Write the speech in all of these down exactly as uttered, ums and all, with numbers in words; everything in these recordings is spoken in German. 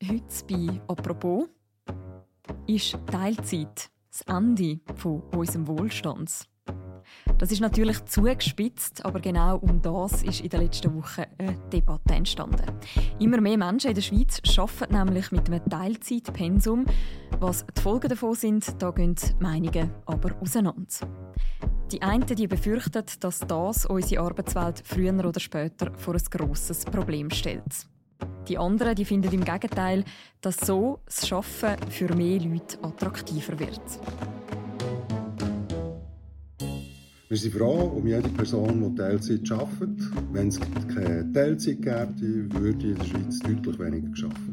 Heute bei «Apropos» ist Teilzeit das Ende von unserem Wohlstands. Das ist natürlich zugespitzt, aber genau um das ist in den letzten Wochen eine Debatte entstanden. Immer mehr Menschen in der Schweiz arbeiten nämlich mit einem Teilzeitpensum. Was die Folgen davon sind, da gehen die Meinungen aber auseinander. Die einen die befürchten, dass das unsere Arbeitswelt früher oder später vor ein grosses Problem stellt. Die anderen die finden im Gegenteil, dass so das Arbeiten für mehr Leute attraktiver wird. Wir sind froh um jede Person, die Teilzeit arbeitet. Wenn es keine Teilzeit gäbe, würde in der Schweiz deutlich weniger gearbeitet.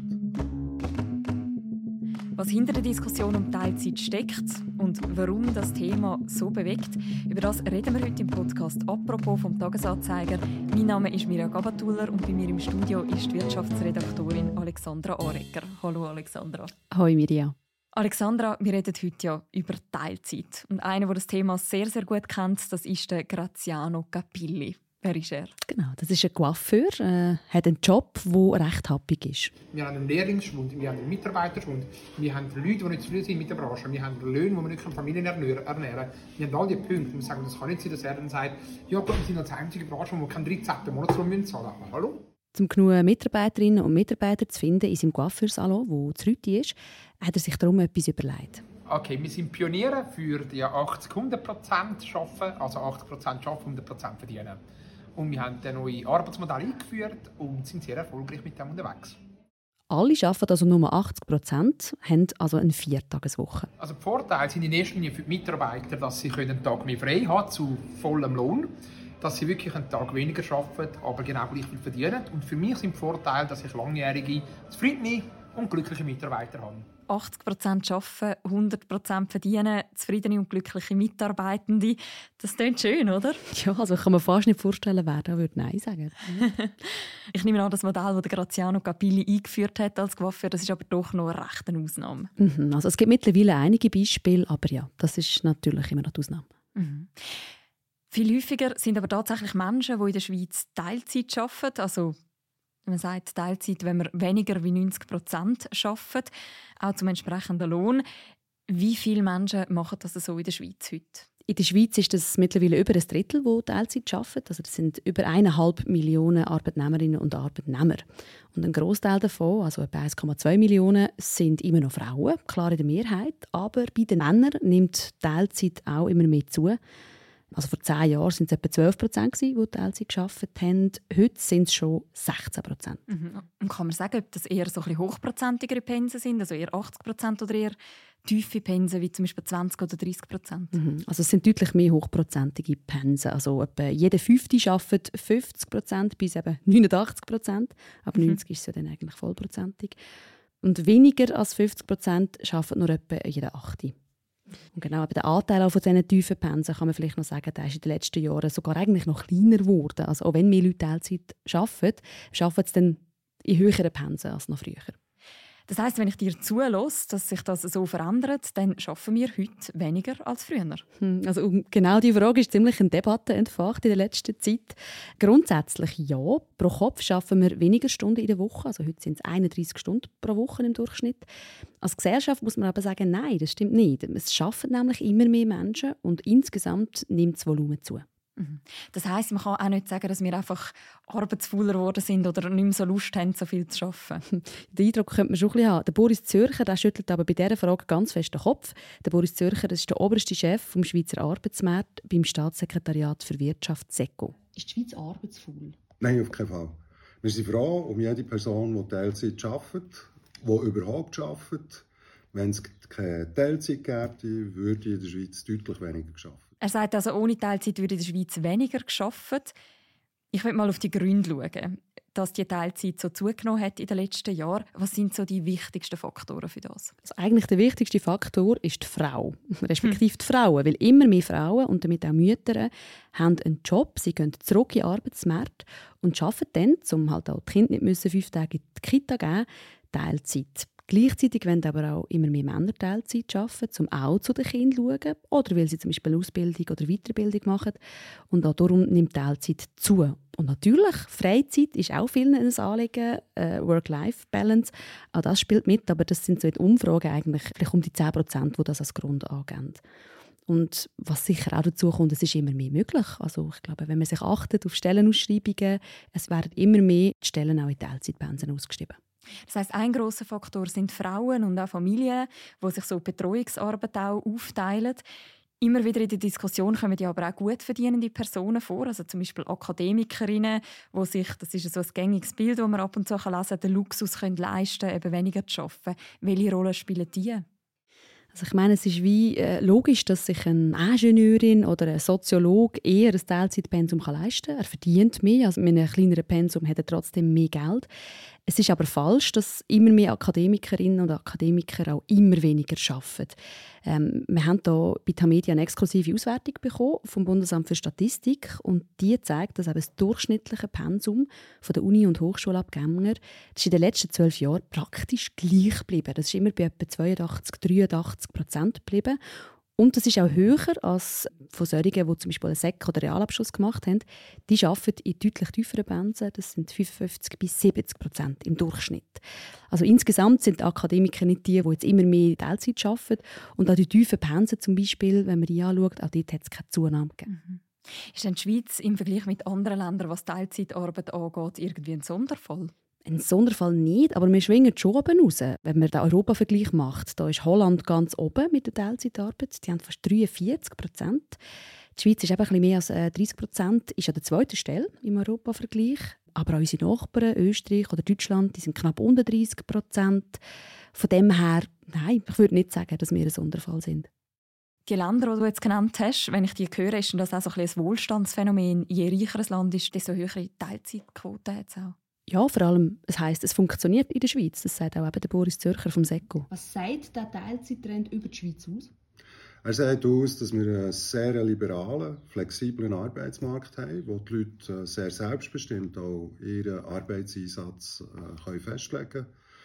Was hinter der Diskussion um Teilzeit steckt und warum das Thema so bewegt, über das reden wir heute im Podcast «Apropos» vom Tagesanzeiger. Mein Name ist Mirja Gabatuller und bei mir im Studio ist die Wirtschaftsredaktorin Alexandra Arecker. Hallo Alexandra. Hallo Mirja. Alexandra, wir reden heute ja über Teilzeit. Und einer, der das Thema sehr, sehr gut kennt, das ist der Graziano Capilli. Wer ist er? Genau, das ist ein Coiffeur, äh, hat einen Job, der recht happig ist. Wir haben einen Lehrlingsschwund, wir haben einen Mitarbeiterschwund, wir haben Leute, die nicht zufrieden sind mit der Branche, wir haben Löhne, die wir nicht Familien ernähren können. Wir haben all diese Punkte. Wir sagen, das kann nicht sein, dass er dann sagt, ja gut, wir sind als einzige Branche, wo wir keinen dreizehnten Monatslohn zahlen müssen. Hallo? Um genug Mitarbeiterinnen und Mitarbeiter zu finden in seinem Coiffeursalon, der zu Rüti ist, hat er sich darum etwas überlegt. Okay, wir sind Pioniere für die achtzig bis hundert Prozent arbeiten, also achtzig Prozent arbeiten, hundert Prozent verdienen. Und wir haben ein neues Arbeitsmodell eingeführt und sind sehr erfolgreich mit dem unterwegs. Alle arbeiten also nur achtzig Prozent, haben also eine Viertageswoche. Also die Vorteile sind in erster Linie für die Mitarbeiter, dass sie einen Tag mehr frei haben zu vollem Lohn, dass sie wirklich einen Tag weniger arbeiten, aber genau gleich viel verdienen. Und für mich sind die Vorteile, dass ich langjährige, zufriedene und glückliche Mitarbeiter habe. achtzig Prozent arbeiten, hundert Prozent verdienen, zufriedene und glückliche Mitarbeitende. Das klingt schön, oder? Ja, also ich kann mir fast nicht vorstellen, wer da würde Nein sagen. Ich nehme an, das Modell, das Graziano Capilli eingeführt hat als Coiffeur, das ist aber doch noch eine rechte Ausnahme. Mhm, also es gibt mittlerweile einige Beispiele, aber ja, das ist natürlich immer noch die Ausnahme. Mhm. Viel häufiger sind aber tatsächlich Menschen, die in der Schweiz Teilzeit arbeiten, also man sagt Teilzeit, wenn man weniger wie neunzig Prozent arbeitet, auch zum entsprechenden Lohn. Wie viele Menschen machen das so in der Schweiz heute? In der Schweiz ist das mittlerweile über ein Drittel, die Teilzeit arbeiten. Also das sind über eineinhalb Millionen Arbeitnehmerinnen und Arbeitnehmer. Und ein Grossteil davon, also etwa eins Komma zwei Millionen, sind immer noch Frauen, klar in der Mehrheit. Aber bei den Männern nimmt Teilzeit auch immer mehr zu. Also vor zehn Jahren waren es etwa zwölf Prozent, die Teilzeit gearbeitet haben. Heute sind es schon sechzehn Prozent. Mhm. Und kann man sagen, ob das eher so ein bisschen hochprozentigere Pensen sind, also eher achtzig Prozent oder eher tiefe Pensen, wie zum Beispiel zwanzig oder dreißig Prozent? Mhm. Also es sind deutlich mehr hochprozentige Pensen. Also etwa jeder Fünfte arbeitet fünfzig Prozent bis eben neunundachtzig Prozent. Aber mhm. neunzig ist ja dann eigentlich vollprozentig. Und weniger als fünfzig Prozent arbeitet nur etwa jeder Achte. Und genau, aber der Anteil von diesen tiefen Pensen kann man vielleicht noch sagen, der ist in den letzten Jahren sogar eigentlich noch kleiner geworden. Also auch wenn mehr Leute Teilzeit arbeiten, arbeiten sie dann in höheren Pensen als noch früher. Das heisst, wenn ich dir zulasse, dass sich das so verändert, dann arbeiten wir heute weniger als früher. Also genau diese Frage ist ziemlich eine Debatte entfacht in der letzten Zeit. Grundsätzlich ja. Pro Kopf arbeiten wir weniger Stunden in der Woche. Also heute sind es einunddreissig Stunden pro Woche im Durchschnitt. Als Gesellschaft muss man aber sagen, nein, das stimmt nicht. Es arbeiten nämlich immer mehr Menschen und insgesamt nimmt das Volumen zu. Das heisst, man kann auch nicht sagen, dass wir einfach arbeitsfauler geworden sind oder nicht mehr so Lust haben, so viel zu arbeiten. Den Eindruck könnte man schon ein bisschen haben. Der Boris Zürcher der schüttelt aber bei dieser Frage ganz fest den Kopf. Der Boris Zürcher das ist der oberste Chef vom Schweizer Arbeitsmarkt beim Staatssekretariat für Wirtschaft SECO. Ist die Schweiz arbeitsfaul? Nein, auf keinen Fall. Wir sind froh um jede Person, die Teilzeit arbeitet, die überhaupt arbeitet. Wenn es keine Teilzeit gäbe, würde in der Schweiz deutlich weniger gearbeitet. Er sagt also, ohne Teilzeit würde in der Schweiz weniger gearbeitet. Ich will mal auf die Gründe schauen, dass die Teilzeit so zugenommen hat in den letzten Jahren. Was sind so die wichtigsten Faktoren für das? Also eigentlich der wichtigste Faktor ist die Frau, respektive die Frauen. Weil immer mehr Frauen und damit auch Mütter haben einen Job, sie gehen zurück in den Arbeitsmarkt und arbeiten dann, um halt auch die Kinder nicht müssen, fünf Tage in die Kita geben, Teilzeit. Gleichzeitig wollen aber auch immer mehr Männer Teilzeit arbeiten, um auch zu den Kindern zu schauen oder weil sie zum Beispiel Ausbildung oder Weiterbildung machen. Und auch darum nimmt Teilzeit zu. Und natürlich, Freizeit ist auch vielen ein Anliegen, äh, Work-Life-Balance. Auch das spielt mit, aber das sind so in Umfragen eigentlich vielleicht um die zehn Prozent, die das als Grund angeben. Und was sicher auch dazu kommt, es ist immer mehr möglich. Also ich glaube, wenn man sich achtet auf Stellenausschreibungen, es werden immer mehr Stellen auch in Teilzeitpensen ausgeschrieben. Das heisst, ein grosser Faktor sind Frauen und auch Familien, die sich so Betreuungsarbeit auch aufteilen. Immer wieder in der Diskussion kommen ja aber auch gut verdienende Personen vor, also zum Beispiel Akademikerinnen, die sich, das ist so ein gängiges Bild, das man ab und zu lesen kann, den Luxus können leisten können, eben weniger zu arbeiten. Welche Rolle spielen die? Also ich meine, es ist wie äh, logisch, dass sich eine Ingenieurin oder ein Soziologe eher ein Teilzeitpensum leisten kann. Er verdient mehr, also mit einem kleineren Pensum hat er trotzdem mehr Geld. Es ist aber falsch, dass immer mehr Akademikerinnen und Akademiker auch immer weniger arbeiten. Ähm, wir haben hier bei Tamedia eine exklusive Auswertung bekommen vom Bundesamt für Statistik und die zeigt, dass das durchschnittliche Pensum der Uni- und Hochschulabgänger das ist in den letzten zwölf Jahren praktisch gleich geblieben. Das ist immer bei etwa zweiundachtzig, dreiundachtzig Prozent geblieben. Und das ist auch höher als von solchen, die zum Beispiel einen Sek- oder Realabschluss gemacht haben. Die arbeiten in deutlich tieferen Pensen. Das sind fünfundfünfzig bis siebzig Prozent im Durchschnitt. Also insgesamt sind die Akademiker nicht die, die jetzt immer mehr Teilzeit arbeiten. Und auch die tiefen Pensen zum Beispiel, wenn man die anschaut, auch dort hat es keine Zunahme gegeben. Mhm. Ist denn die Schweiz im Vergleich mit anderen Ländern, was Teilzeitarbeit angeht, irgendwie ein Sonderfall? Ein Sonderfall nicht, aber wir schwingen schon oben raus. Wenn man den Europa-Vergleich macht, da ist Holland ganz oben mit der Teilzeitarbeit. Die haben fast dreiundvierzig Prozent. Die Schweiz ist eben ein bisschen mehr als dreißig Prozent, ist an der zweiten Stelle im Europa-Vergleich. Aber auch unsere Nachbarn, Österreich oder Deutschland, die sind knapp unter dreißig Prozent. Von dem her, nein, ich würde nicht sagen, dass wir ein Sonderfall sind. Die Länder, die du jetzt genannt hast, wenn ich die höre, ist das auch so ein, ein Wohlstandsphänomen. Je reicher ein Land ist, desto höhere Teilzeitquote hat es auch. Ja, vor allem, es heisst, es funktioniert in der Schweiz. Das sagt auch eben der Boris Zürcher vom SECO. Was sagt der Teilzeittrend über die Schweiz aus? Er sagt aus, dass wir einen sehr liberalen, flexiblen Arbeitsmarkt haben, wo die Leute sehr selbstbestimmt auch ihren Arbeitseinsatz äh, festlegen können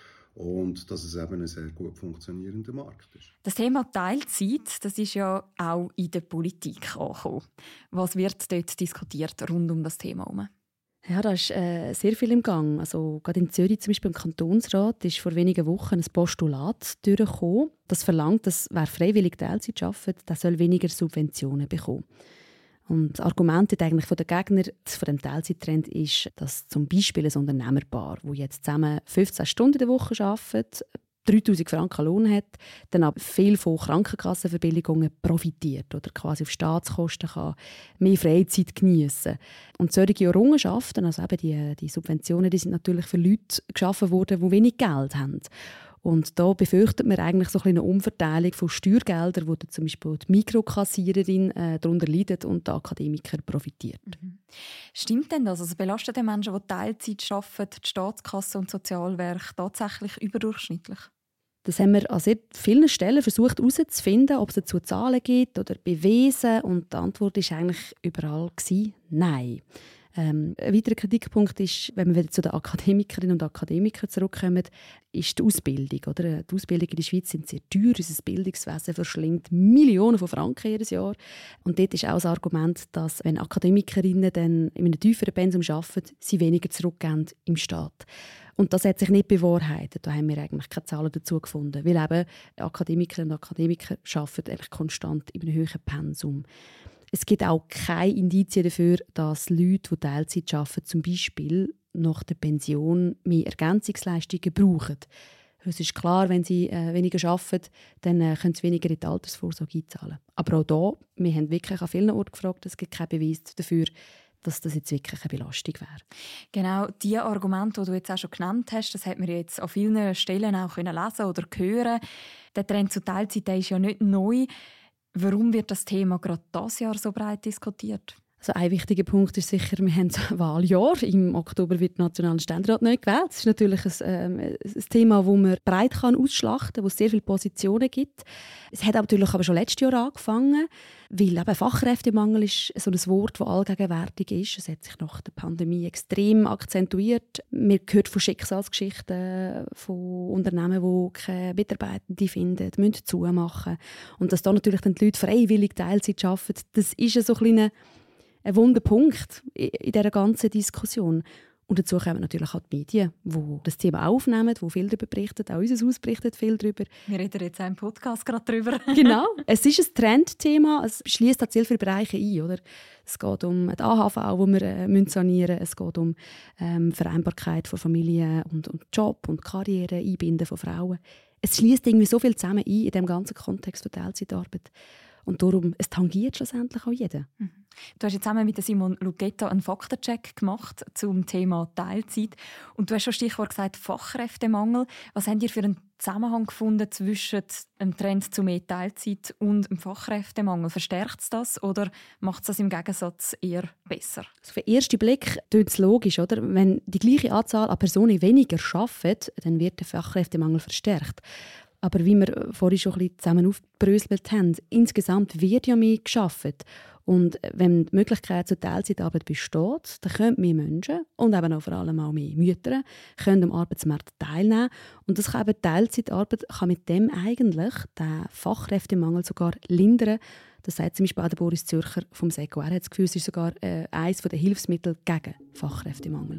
und dass es eben ein sehr gut funktionierender Markt ist. Das Thema Teilzeit, das ist ja auch in der Politik angekommen. Was wird dort diskutiert rund um das Thema herum? Ja, da ist äh, sehr viel im Gang. Also, gerade in Zürich, zum Beispiel im Kantonsrat, ist vor wenigen Wochen ein Postulat durchgekommen, das verlangt, dass wer freiwillig Teilzeit arbeitet, der soll weniger Subventionen bekommen. Und das Argument eigentlich von den Gegnern von dem Teilzeittrend ist, dass zum Beispiel ein Unternehmerpaar, das jetzt zusammen fünfzehn Stunden in der Woche arbeitet, dreitausend Franken Lohn hat, dann aber viel von Krankenkassenverbilligungen profitiert oder quasi auf Staatskosten kann mehr Freizeit geniessen. Und solche Errungenschaften, also eben die, die Subventionen, die sind natürlich für Leute geschaffen worden, die wenig Geld haben. Und da befürchtet man eigentlich so eine Umverteilung von Steuergeldern, wo zum Beispiel die Mikrokassiererin äh, darunter leidet und der Akademiker profitiert. Mhm. Stimmt denn das? Also belastet die Menschen, die Teilzeit arbeiten, die Staatskasse und Sozialwerk tatsächlich überdurchschnittlich? Das haben wir an sehr vielen Stellen versucht herauszufinden, ob es dazu Zahlen gibt oder Beweise. Und die Antwort war eigentlich überall gewesen, nein. Ähm, ein weiterer Kritikpunkt ist, wenn wir wieder zu den Akademikerinnen und Akademikern zurückkommen, ist die Ausbildung. Oder? Die Ausbildungen in der Schweiz sind sehr teuer. Unser Bildungswesen verschlingt Millionen von Franken jedes Jahr. Und dort ist auch das Argument, dass wenn Akademikerinnen dann in einem tieferen Pensum arbeiten, sie weniger zurückgeben im Staat. Und das hat sich nicht bewahrheitet. Da haben wir eigentlich keine Zahlen dazu gefunden. Weil eben Akademikerinnen und Akademiker arbeiten eigentlich konstant in einem höheren Pensum. Es gibt auch keine Indizien dafür, dass Leute, die Teilzeit arbeiten, zum Beispiel nach der Pension mehr Ergänzungsleistungen brauchen. Es ist klar, wenn sie äh, weniger arbeiten, dann äh, können sie weniger in die Altersvorsorge einzahlen. Aber auch da, wir haben wirklich an vielen Orten gefragt, es gibt keinen Beweis dafür, dass das jetzt wirklich eine Belastung wäre. Genau, die Argumente, die du jetzt auch schon genannt hast, das hat man jetzt an vielen Stellen auch lesen oder hören. Der Trend zur Teilzeit ist ja nicht neu. Warum wird das Thema gerade dieses Jahr so breit diskutiert? Also ein wichtiger Punkt ist sicher, wir haben ein Wahljahr. Im Oktober wird der Nationale Ständerat neu gewählt. Das ist natürlich ein, ähm, ein Thema, das man breit kann ausschlachten kann, wo es sehr viele Positionen gibt. Es hat natürlich aber schon letztes Jahr angefangen, weil eben Fachkräftemangel ist so ein Wort, das allgegenwärtig ist. Es hat sich nach der Pandemie extrem akzentuiert. Man hört von Schicksalsgeschichten von Unternehmen, die keine Mitarbeitenden finden, müssen zumachen. Und dass da natürlich dann die Leute freiwillig Teilzeit arbeiten, das ist so ein kleiner ein wunder Punkt in dieser ganzen Diskussion. Und dazu kommen natürlich auch die Medien, die das Thema aufnehmen, die viel darüber berichten. Auch unser Haus berichtet viel darüber. Wir reden jetzt auch im Podcast gerade darüber. Genau. Es ist ein Trendthema. Es schließt sehr viele Bereiche ein. Oder? Es geht um die A H V, die wir äh, sanieren müssen. Es geht um ähm, Vereinbarkeit von Familie und, und Job und Karriere, Einbinden von Frauen. Es schließt irgendwie so viel zusammen ein in dem ganzen Kontext von Teilzeitarbeit. Und darum, es tangiert schlussendlich auch jeden. Mhm. Du hast jetzt zusammen mit Simon Lugetta einen Faktencheck gemacht zum Thema Teilzeit. Und du hast schon Stichwort gesagt, Fachkräftemangel. Was habt ihr für einen Zusammenhang gefunden zwischen dem Trend zu mehr Teilzeit und dem Fachkräftemangel? Verstärkt es das oder macht es das im Gegensatz eher besser? Also auf den ersten Blick klingt es logisch, oder? Wenn die gleiche Anzahl an Personen weniger arbeiten, dann wird der Fachkräftemangel verstärkt. Aber wie wir vorhin schon ein bisschen zusammen aufgebröselt haben, insgesamt wird ja mehr gearbeitet. Und wenn die Möglichkeit zur Teilzeitarbeit besteht, dann können mehr Menschen und eben auch vor allem auch mehr Mütter können am Arbeitsmarkt teilnehmen. Und das kann eben Teilzeitarbeit kann mit dem eigentlich den Fachkräftemangel sogar lindern. Das sagt zum Beispiel auch der Boris Zürcher vom S E C O. Er hat das Gefühl, es ist sogar äh, eines der Hilfsmittel gegen Fachkräftemangel.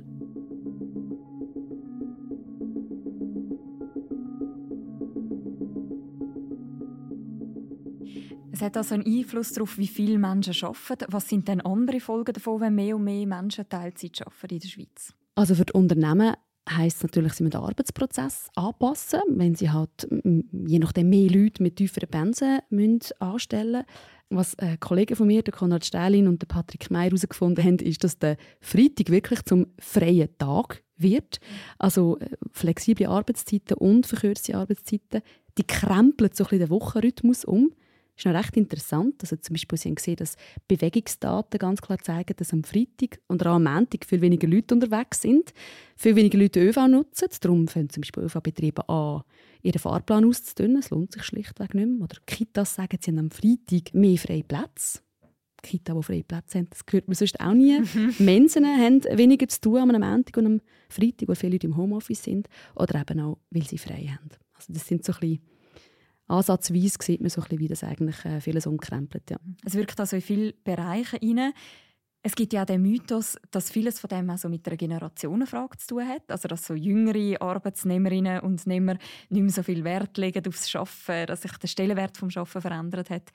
Es hat also einen Einfluss darauf, wie viele Menschen arbeiten. Was sind denn andere Folgen davon, wenn mehr und mehr Menschen Teilzeit arbeiten in der Schweiz? Also für die Unternehmen heisst es natürlich, sie müssen den Arbeitsprozess anpassen, wenn sie halt je nachdem mehr Leute mit tieferen Pensen müssen anstellen müssen. Was äh, Kollegen von mir, der Konrad Stählin und der Patrick May, herausgefunden haben, ist, dass der Freitag wirklich zum freien Tag wird. Also äh, flexible Arbeitszeiten und verkürzte Arbeitszeiten, die krempeln so ein bisschen den Wochenrhythmus um. Das ist noch recht interessant. Also zum Beispiel, Sie haben gesehen, dass Bewegungsdaten ganz klar zeigen, dass am Freitag und am Montag viel weniger Leute unterwegs sind, viel weniger Leute ÖV nutzen. Darum fangen zum Beispiel ÖV-Betriebe an, ihren Fahrplan auszudünnen. Es lohnt sich schlichtweg nicht mehr. Oder Kitas sagen, sie haben am Freitag mehr freie Plätze. Kitas, die freie Plätze haben, das hört man sonst auch nie. Mensen haben weniger zu tun am Montag und am Freitag, wo viele Leute im Homeoffice sind. Oder eben auch, weil sie frei haben. Also das sind so ein bisschen ansatzweise sieht man so ein bisschen, wie das eigentlich äh, vieles umkrempelt. Ja. Es wirkt also in viele Bereiche hinein. Es gibt ja auch den Mythos, dass vieles von dem auch so mit einer Generationenfrage zu tun hat. Also dass so jüngere Arbeitsnehmerinnen und Nehmer nicht mehr so viel Wert legen aufs Arbeiten, dass sich der Stellenwert vom Arbeiten verändert hat.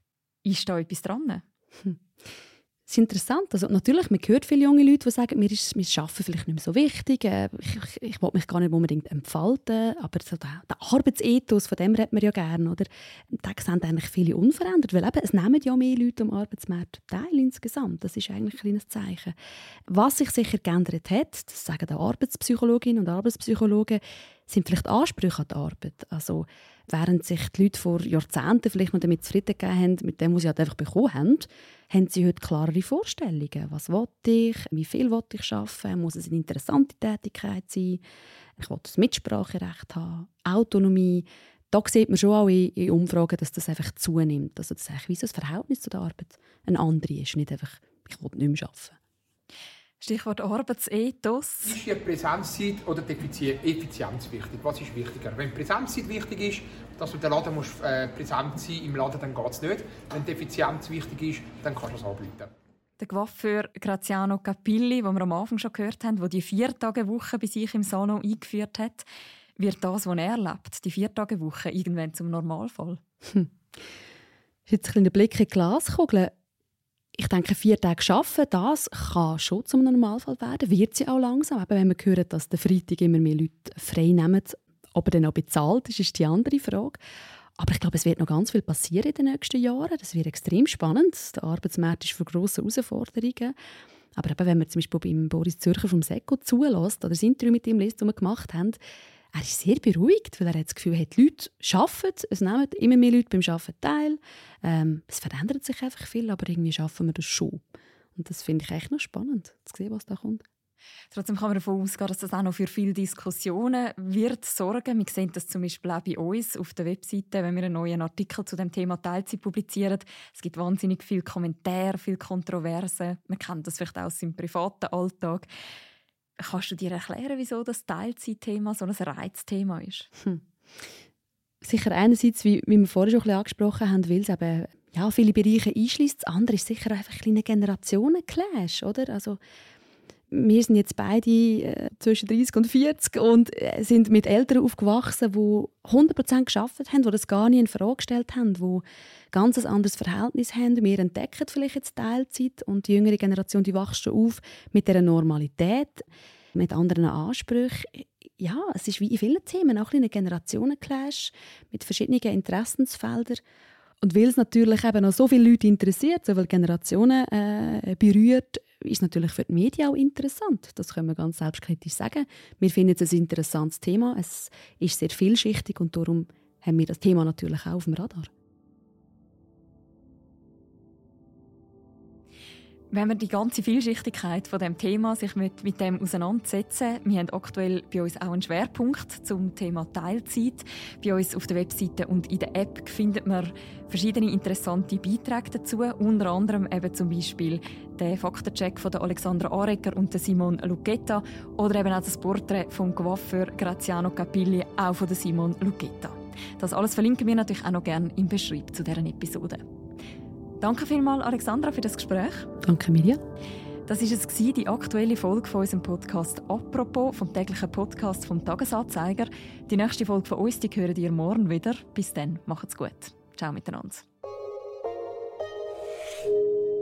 Ist da etwas dran? Hm. Das ist interessant. Also natürlich, man hört viele junge Leute, die sagen, mir ist das Arbeiten vielleicht nicht mehr so wichtig, äh, ich, ich, ich will mich gar nicht unbedingt entfalten, aber so der, der Arbeitsethos, von dem redet man ja gerne, oder? Den sehen eigentlich viele unverändert, weil eben, es nehmen ja mehr Leute am Arbeitsmarkt teil insgesamt. Das ist eigentlich ein kleines Zeichen. Was sich sicher geändert hat, das sagen auch Arbeitspsychologinnen und Arbeitspsychologen, sind vielleicht Ansprüche an die Arbeit. Also, während sich die Leute vor Jahrzehnten vielleicht noch damit zufrieden gegeben haben, mit dem, was sie halt einfach bekommen haben, haben sie heute klarere Vorstellungen. Was will ich? Wie viel will ich arbeiten? Muss es eine interessante Tätigkeit sein? Ich will das Mitspracherecht haben, Autonomie. Da sieht man schon auch in, in Umfragen, dass das einfach zunimmt. Also das ist wie so das Verhältnis zu der Arbeit ein anderes ist. Nicht einfach, ich will nicht mehr arbeiten. Stichwort Arbeitsethos. Ist die Präsenzzeit oder die Effizienz wichtig? Was ist wichtiger? Wenn die Präsenzzeit wichtig ist, dass du in der Laden musst, äh, präsent sein im Laden, dann geht es nicht. Wenn die Effizienz wichtig ist, dann kannst du es anbieten. Der Coiffeur Graziano Capilli, den wir am Anfang schon gehört haben, der die Vier-Tage-Woche bei sich im Salon eingeführt hat, wird das, was er erlebt, die Vier-Tage-Woche, irgendwann zum Normalfall? Hm. Das ist jetzt ein kleiner Blick in die Glaskugel. Ich denke, vier Tage arbeiten, das kann schon zum Normalfall werden. Wird sie auch langsam. Eben, wenn wir hören, dass der Freitag immer mehr Leute frei nehmen, ob er dann auch bezahlt ist, ist die andere Frage. Aber ich glaube, es wird noch ganz viel passieren in den nächsten Jahren. Das wird extrem spannend. Der Arbeitsmarkt ist für grosse Herausforderungen. Aber eben, wenn man zum Beispiel beim Boris Zürcher vom S E C O zulässt oder das Interview mit ihm liest, das wir gemacht haben, er ist sehr beruhigt, weil er hat das Gefühl hat, die Leute arbeiten, es nehmen immer mehr Leute beim Arbeiten teil. Ähm, es verändert sich einfach viel, aber irgendwie schaffen wir das schon. Und das finde ich echt noch spannend, zu sehen, was da kommt. Trotzdem kann man davon ausgehen, dass das auch noch für viele Diskussionen wird sorgen. Wir sehen das zum Beispiel auch bei uns auf der Webseite, wenn wir einen neuen Artikel zu dem Thema Teilzeit publizieren. Es gibt wahnsinnig viele Kommentare, viele Kontroversen. Man kennt das vielleicht auch aus seinem privaten Alltag. Kannst du dir erklären, wieso das Teilzeitthema so ein Reizthema ist? Hm. Sicher einerseits, wie, wie wir vorhin schon ein bisschen angesprochen haben, weil es eben ja, viele Bereiche einschließt. Das andere ist sicher einfach ein kleiner Generationen-Clash, oder? Also, wir sind jetzt beide äh, zwischen dreißig und vierzig und äh, sind mit Eltern aufgewachsen, die hundert Prozent gearbeitet haben, die das gar nie in Frage gestellt haben, die ganz ein anderes Verhältnis haben. Wir entdecken vielleicht jetzt Teilzeit und die jüngere Generation die wächst schon auf mit dieser Normalität, mit anderen Ansprüchen. Ja, es ist wie in vielen Themen auch ein Generationen-Clash mit verschiedenen Interessensfeldern. Und weil es natürlich eben noch so viele Leute interessiert, so viele Generationen äh, berührt, ist natürlich für die Medien auch interessant. Das können wir ganz selbstkritisch sagen. Wir finden es ein interessantes Thema. Es ist sehr vielschichtig und darum haben wir das Thema natürlich auch auf dem Radar. Wenn wir die ganze Vielschichtigkeit von dem Thema sich mit, mit dem auseinandersetzen, wir haben aktuell bei uns auch einen Schwerpunkt zum Thema Teilzeit. Bei uns auf der Webseite und in der App findet man verschiedene interessante Beiträge dazu, unter anderem eben zum Beispiel den Faktencheck von der Alexandra Arecker und der Simon Lucchetta oder eben auch das Porträt vom Coiffeur Graziano Capilli, auch von der Simon Lucchetta. Das alles verlinken wir natürlich auch noch gerne im Beschreibung zu dieser Episode. Danke vielmals, Alexandra, für das Gespräch. Danke, Mirja. Das war es, die aktuelle Folge von unserem Podcast «Apropos» vom täglichen Podcast vom «Tagesanzeiger». Die nächste Folge von uns, die hören ihr morgen wieder. Bis dann, macht's gut. Ciao miteinander.